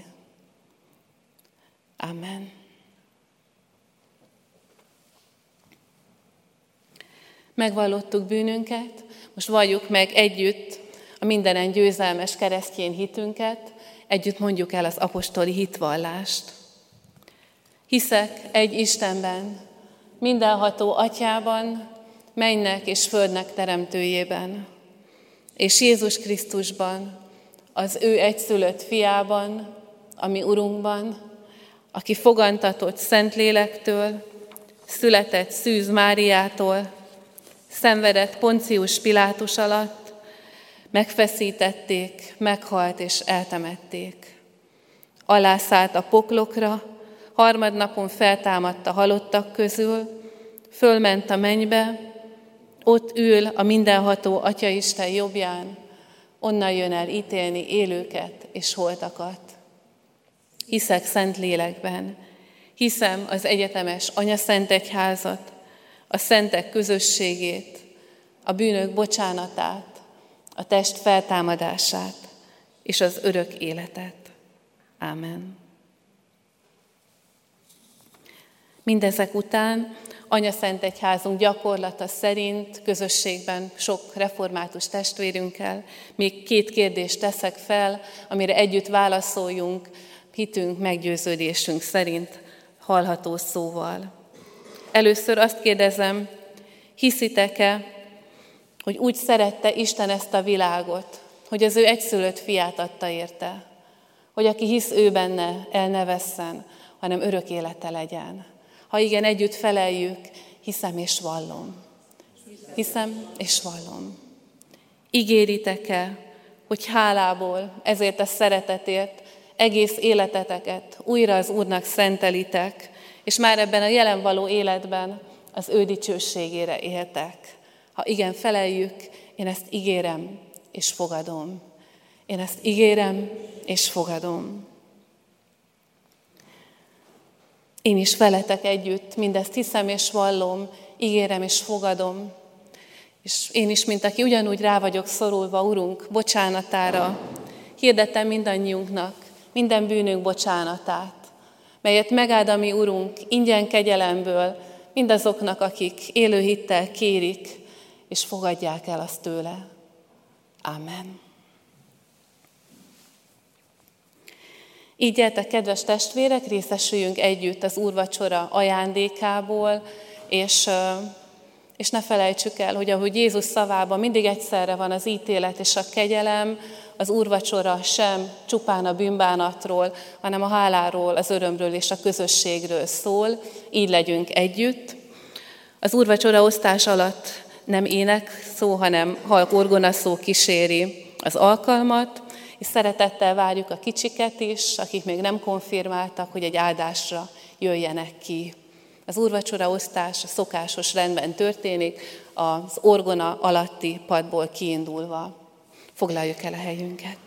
Amen. Megvallottuk bűnünket, most valljuk meg együtt a mindenen győzelmes keresztény hitünket, együtt mondjuk el az apostoli hitvallást. Hiszek egy Istenben, mindenható Atyában, mennynek és földnek teremtőjében, és Jézus Krisztusban, az ő egyszülött fiában, a mi Urunkban, aki fogantatott Szentlélektől, született Szűz Máriától, szenvedett Poncius Pilátus alatt, megfeszítették, meghalt és eltemették. Alászállt a poklokra, harmadnapon feltámadt a halottak közül, fölment a mennybe, ott ül a mindenható Atyaisten jobbján, onnan jön el ítélni élőket és holtakat. Hiszek Szentlélekben, hiszem az egyetemes Anyaszentegyházat, a szentek közösségét, a bűnök bocsánatát, a test feltámadását és az örök életet. Ámen. Mindezek után Anyaszentegyházunk gyakorlata szerint közösségben sok református testvérünkkel még két kérdést teszek fel, amire együtt válaszoljunk hitünk, meggyőződésünk szerint hallható szóval. Először azt kérdezem, hiszitek-e, hogy úgy szerette Isten ezt a világot, hogy az ő egyszülött fiát adta érte, hogy aki hisz ő benne, el ne vesszen, hanem örök élete legyen. Ha igen, együtt feleljük, hiszem és vallom. Hiszem és vallom. Ígéritek-e, hogy hálából, ezért a szeretetért egész életeteket újra az Úrnak szentelitek, és már ebben a jelen való életben az ő dicsőségére éltek. Ha igen, feleljük, én ezt ígérem és fogadom. Én ezt ígérem és fogadom. Én is veletek együtt mindezt hiszem és vallom, ígérem és fogadom. És én is, mint aki ugyanúgy rá vagyok szorulva, Urunk, bocsánatára, hirdetem mindannyiunknak minden bűnünk bocsánatát, melyet megáld a mi Urunk ingyen kegyelemből mindazoknak, akik élő hittel kérik, és fogadják el azt tőle. Amen. Így gyertek, kedves testvérek, részesüljünk együtt az úrvacsora ajándékából, és, és ne felejtsük el, hogy ahogy Jézus szavában mindig egyszerre van az ítélet és a kegyelem, az úrvacsora sem csupán a bűnbánatról, hanem a háláról, az örömről és a közösségről szól. Így legyünk együtt. Az úrvacsora osztás alatt nem ének szó, hanem halk orgona szó kíséri az alkalmat, és szeretettel várjuk a kicsiket is, akik még nem konfirmáltak, hogy egy áldásra jöjjenek ki. Az úrvacsora osztás a szokásos rendben történik, az orgona alatti padból kiindulva. Foglaljuk el a helyünket.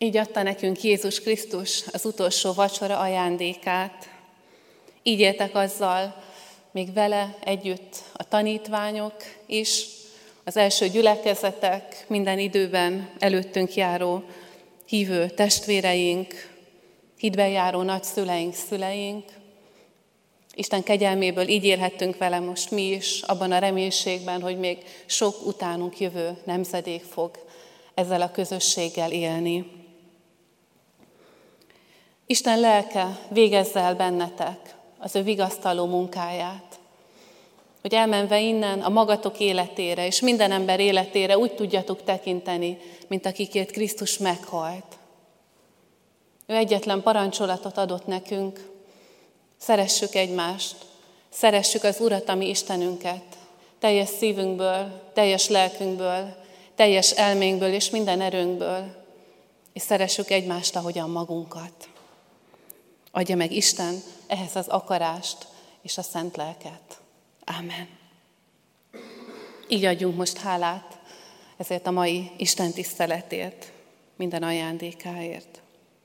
Így adta nekünk Jézus Krisztus az utolsó vacsora ajándékát. Így éltek azzal még vele együtt a tanítványok is, az első gyülekezetek, minden időben előttünk járó hívő testvéreink, hitben járó nagyszüleink, szüleink. Isten kegyelméből így élhettünk vele most mi is, abban a reménységben, hogy még sok utánunk jövő nemzedék fog ezzel a közösséggel élni. Isten lelke végezze el bennetek az ő vigasztaló munkáját, hogy elmenve innen a magatok életére és minden ember életére úgy tudjatok tekinteni, mint akikért Krisztus meghalt. Ő egyetlen parancsolatot adott nekünk: szeressük egymást, szeressük az Urat, ami Istenünket, teljes szívünkből, teljes lelkünkből, teljes elménkből és minden erőnkből, és szeressük egymást, ahogyan magunkat. Adja meg Isten ehhez az akarást és a szent lelket. Ámen. Így adjunk most hálát ezért a mai Isten tiszteletért, minden ajándékáért.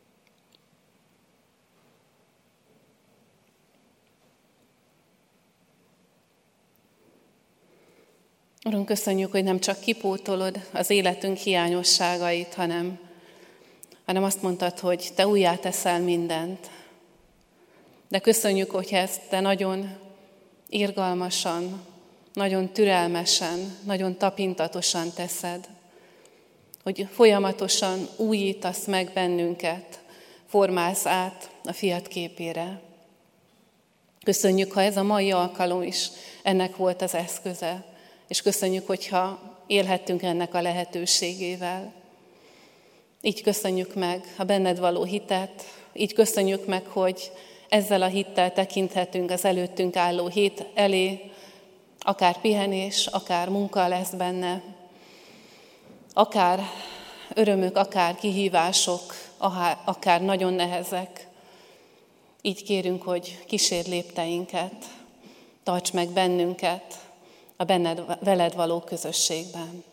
Urunk, köszönjük, hogy nem csak kipótolod az életünk hiányosságait, hanem, hanem azt mondtad, hogy Te újjá teszel mindent. De köszönjük, hogy ezt Te nagyon irgalmasan, nagyon türelmesen, nagyon tapintatosan teszed, hogy folyamatosan újítasz meg bennünket, formálsz át a Fiad képére. Köszönjük, ha ez a mai alkalom is ennek volt az eszköze, és köszönjük, hogyha élhettünk ennek a lehetőségével. Így köszönjük meg a benned való hitet, így köszönjük meg, hogy ezzel a hittel tekinthetünk az előttünk álló hét elé, akár pihenés, akár munka lesz benne, akár örömök, akár kihívások, akár nagyon nehezek. Így kérünk, hogy kísérj lépteinket, tarts meg bennünket a benned, veled való közösségben.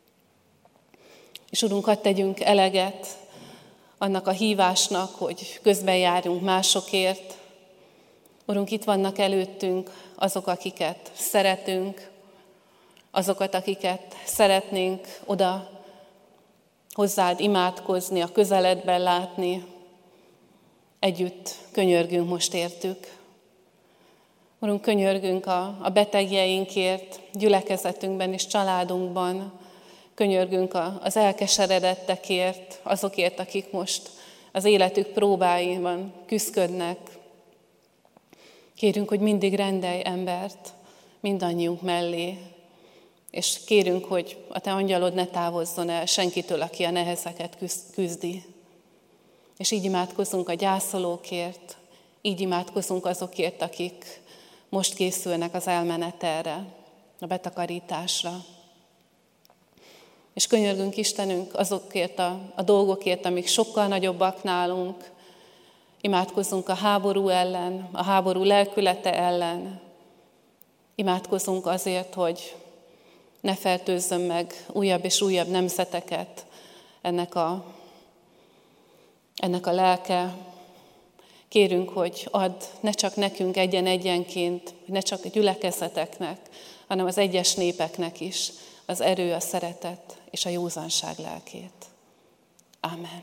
És Urunk, hadd tegyünk eleget annak a hívásnak, hogy közben járjunk másokért. Urunk, itt vannak előttünk azok, akiket szeretünk, azokat, akiket szeretnénk oda hozzád imádkozni, a közeledben látni. Együtt könyörgünk most értük. Urunk, könyörgünk a, a betegjeinkért, gyülekezetünkben és családunkban. Könyörgünk a, az elkeseredettekért, azokért, akik most az életük próbáiban küszködnek. Kérünk, hogy mindig rendelj embert mindannyiunk mellé, és kérünk, hogy a Te angyalod ne távozzon el senkitől, aki a nehezeket küzdi. És így imádkozunk a gyászolókért, így imádkozunk azokért, akik most készülnek az elmenetelre, a betakarításra. És könyörgünk Istenünk azokért a, a dolgokért, amik sokkal nagyobbak nálunk. Imádkozunk a háború ellen, a háború lelkülete ellen. Imádkozunk azért, hogy ne fertőzzön meg újabb és újabb nemzeteket ennek a, ennek a lelke. Kérünk, hogy add ne csak nekünk egyen-egyenként, ne csak a gyülekezeteknek, hanem az egyes népeknek is az erő, a szeretet és a józanság lelkét. Ámen.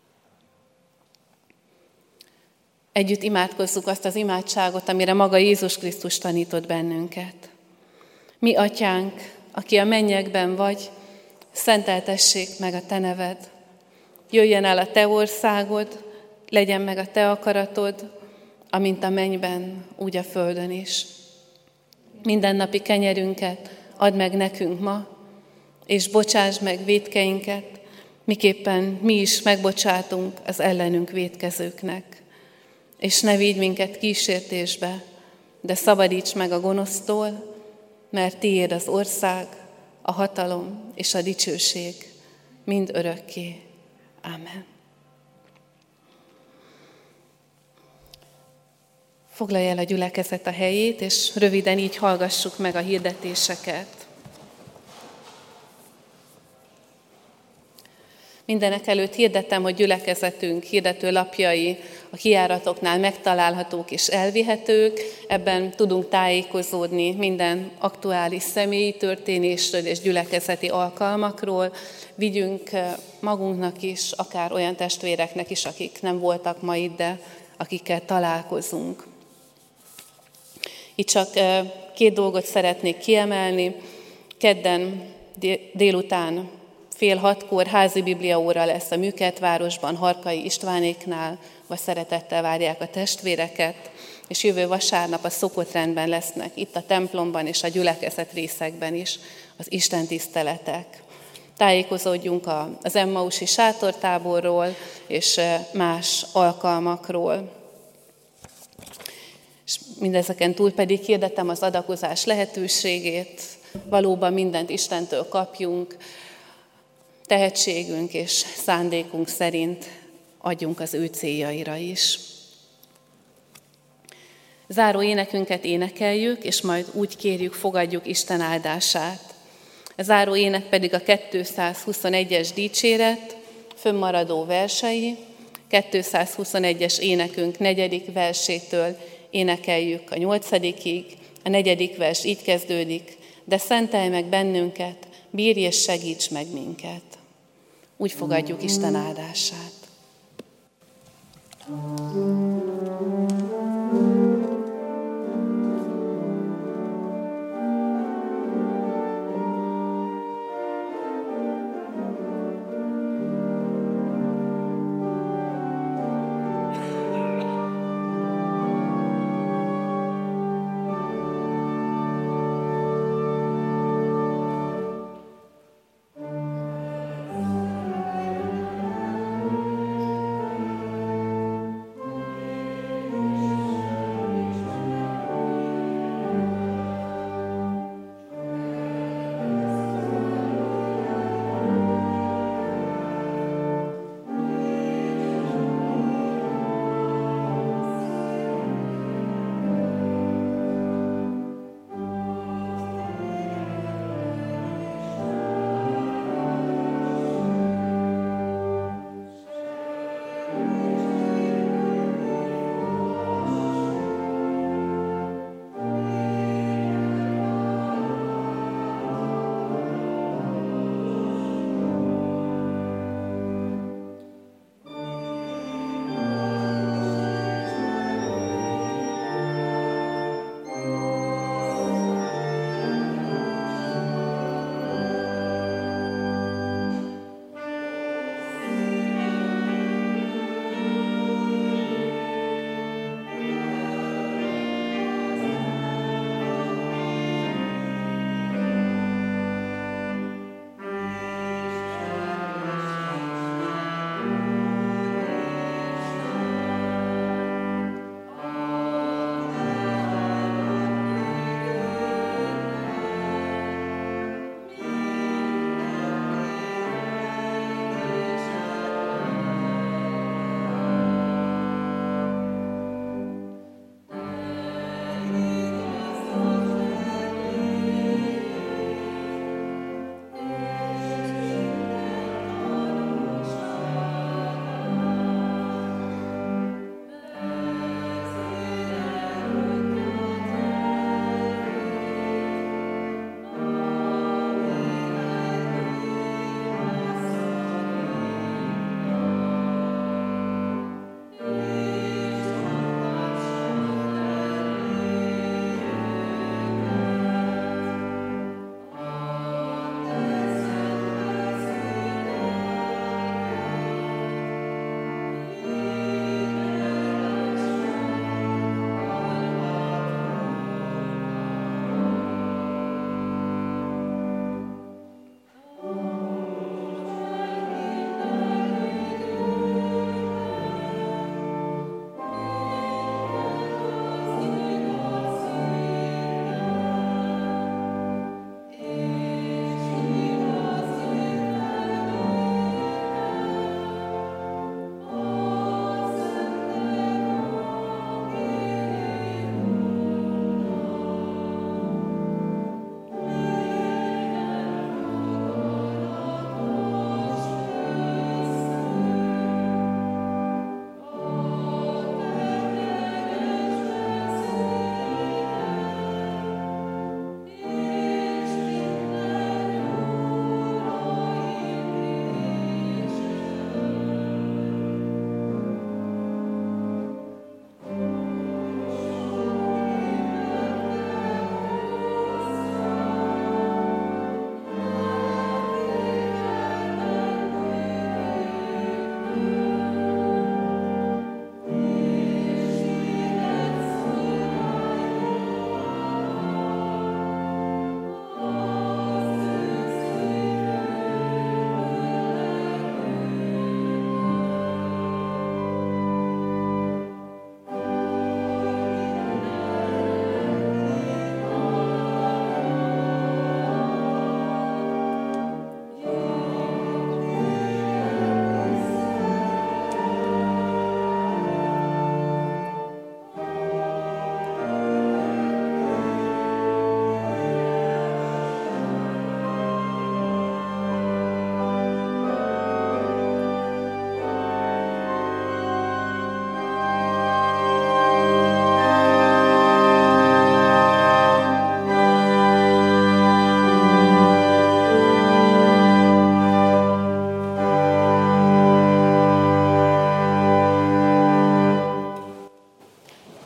Együtt imádkozzuk azt az imádságot, amire maga Jézus Krisztus tanított bennünket. Mi, Atyánk, aki a mennyekben vagy, szenteltessék meg a Te neved. Jöjjön el a Te országod, legyen meg a Te akaratod, amint a mennyben, úgy a földön is. Mindennapi kenyerünket add meg nekünk ma, és bocsásd meg vétkeinket, miképpen mi is megbocsátunk az ellenünk vétkezőknek. És ne vigy minket kísértésbe, de szabadíts meg a gonosztól, mert Tiéd az ország, a hatalom és a dicsőség mind örökké. Ámen. Foglalja el a gyülekezet a helyét, és röviden így hallgassuk meg a hirdetéseket. Mindenek előtt hirdettem, hogy gyülekezetünk hirdető lapjai a kijáratoknál megtalálhatók és elvihetők. Ebben tudunk tájékozódni minden aktuális személyi történésről és gyülekezeti alkalmakról. Vigyünk magunknak is, akár olyan testvéreknek is, akik nem voltak ma itt, de akikkel találkozunk. Itt csak két dolgot szeretnék kiemelni. Kedden délután fél hatkor házi bibliaóra lesz a Műkertvárosban, Harkai Istvánéknál, vagy szeretettel várják a testvéreket, és jövő vasárnap a szokott rendben lesznek itt a templomban és a gyülekezet részekben is az istentiszteletek. Tájékozódjunk az Emmausi sátortáborról és más alkalmakról. És mindezeken túl pedig hirdettem az adakozás lehetőségét, valóban mindent Istentől kapjunk, tehetségünk és szándékunk szerint adjunk az ő céljaira is. Záró énekünket énekeljük, és majd úgy kérjük, fogadjuk Isten áldását. A záró ének pedig a kétszázhuszonegyes dicséret, fönnmaradó versei, kétszázhuszonegyes énekünk negyedik versétől énekeljük a nyolcadikig, a negyedik vers így kezdődik: de szentelj meg bennünket, bírj és segíts meg minket. Úgy fogadjuk Isten áldását.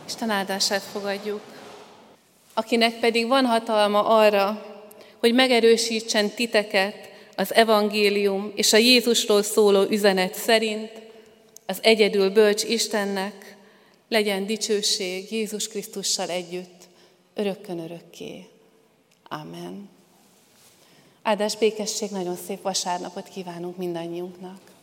Isten áldását fogadjuk. Akinek pedig van hatalma arra, hogy megerősítsen titeket az evangélium és a Jézusról szóló üzenet szerint, az egyedül bölcs Istennek legyen dicsőség Jézus Krisztussal együtt, örökkön örökké. Ámen. Áldás békesség, nagyon szép vasárnapot kívánunk mindannyiunknak.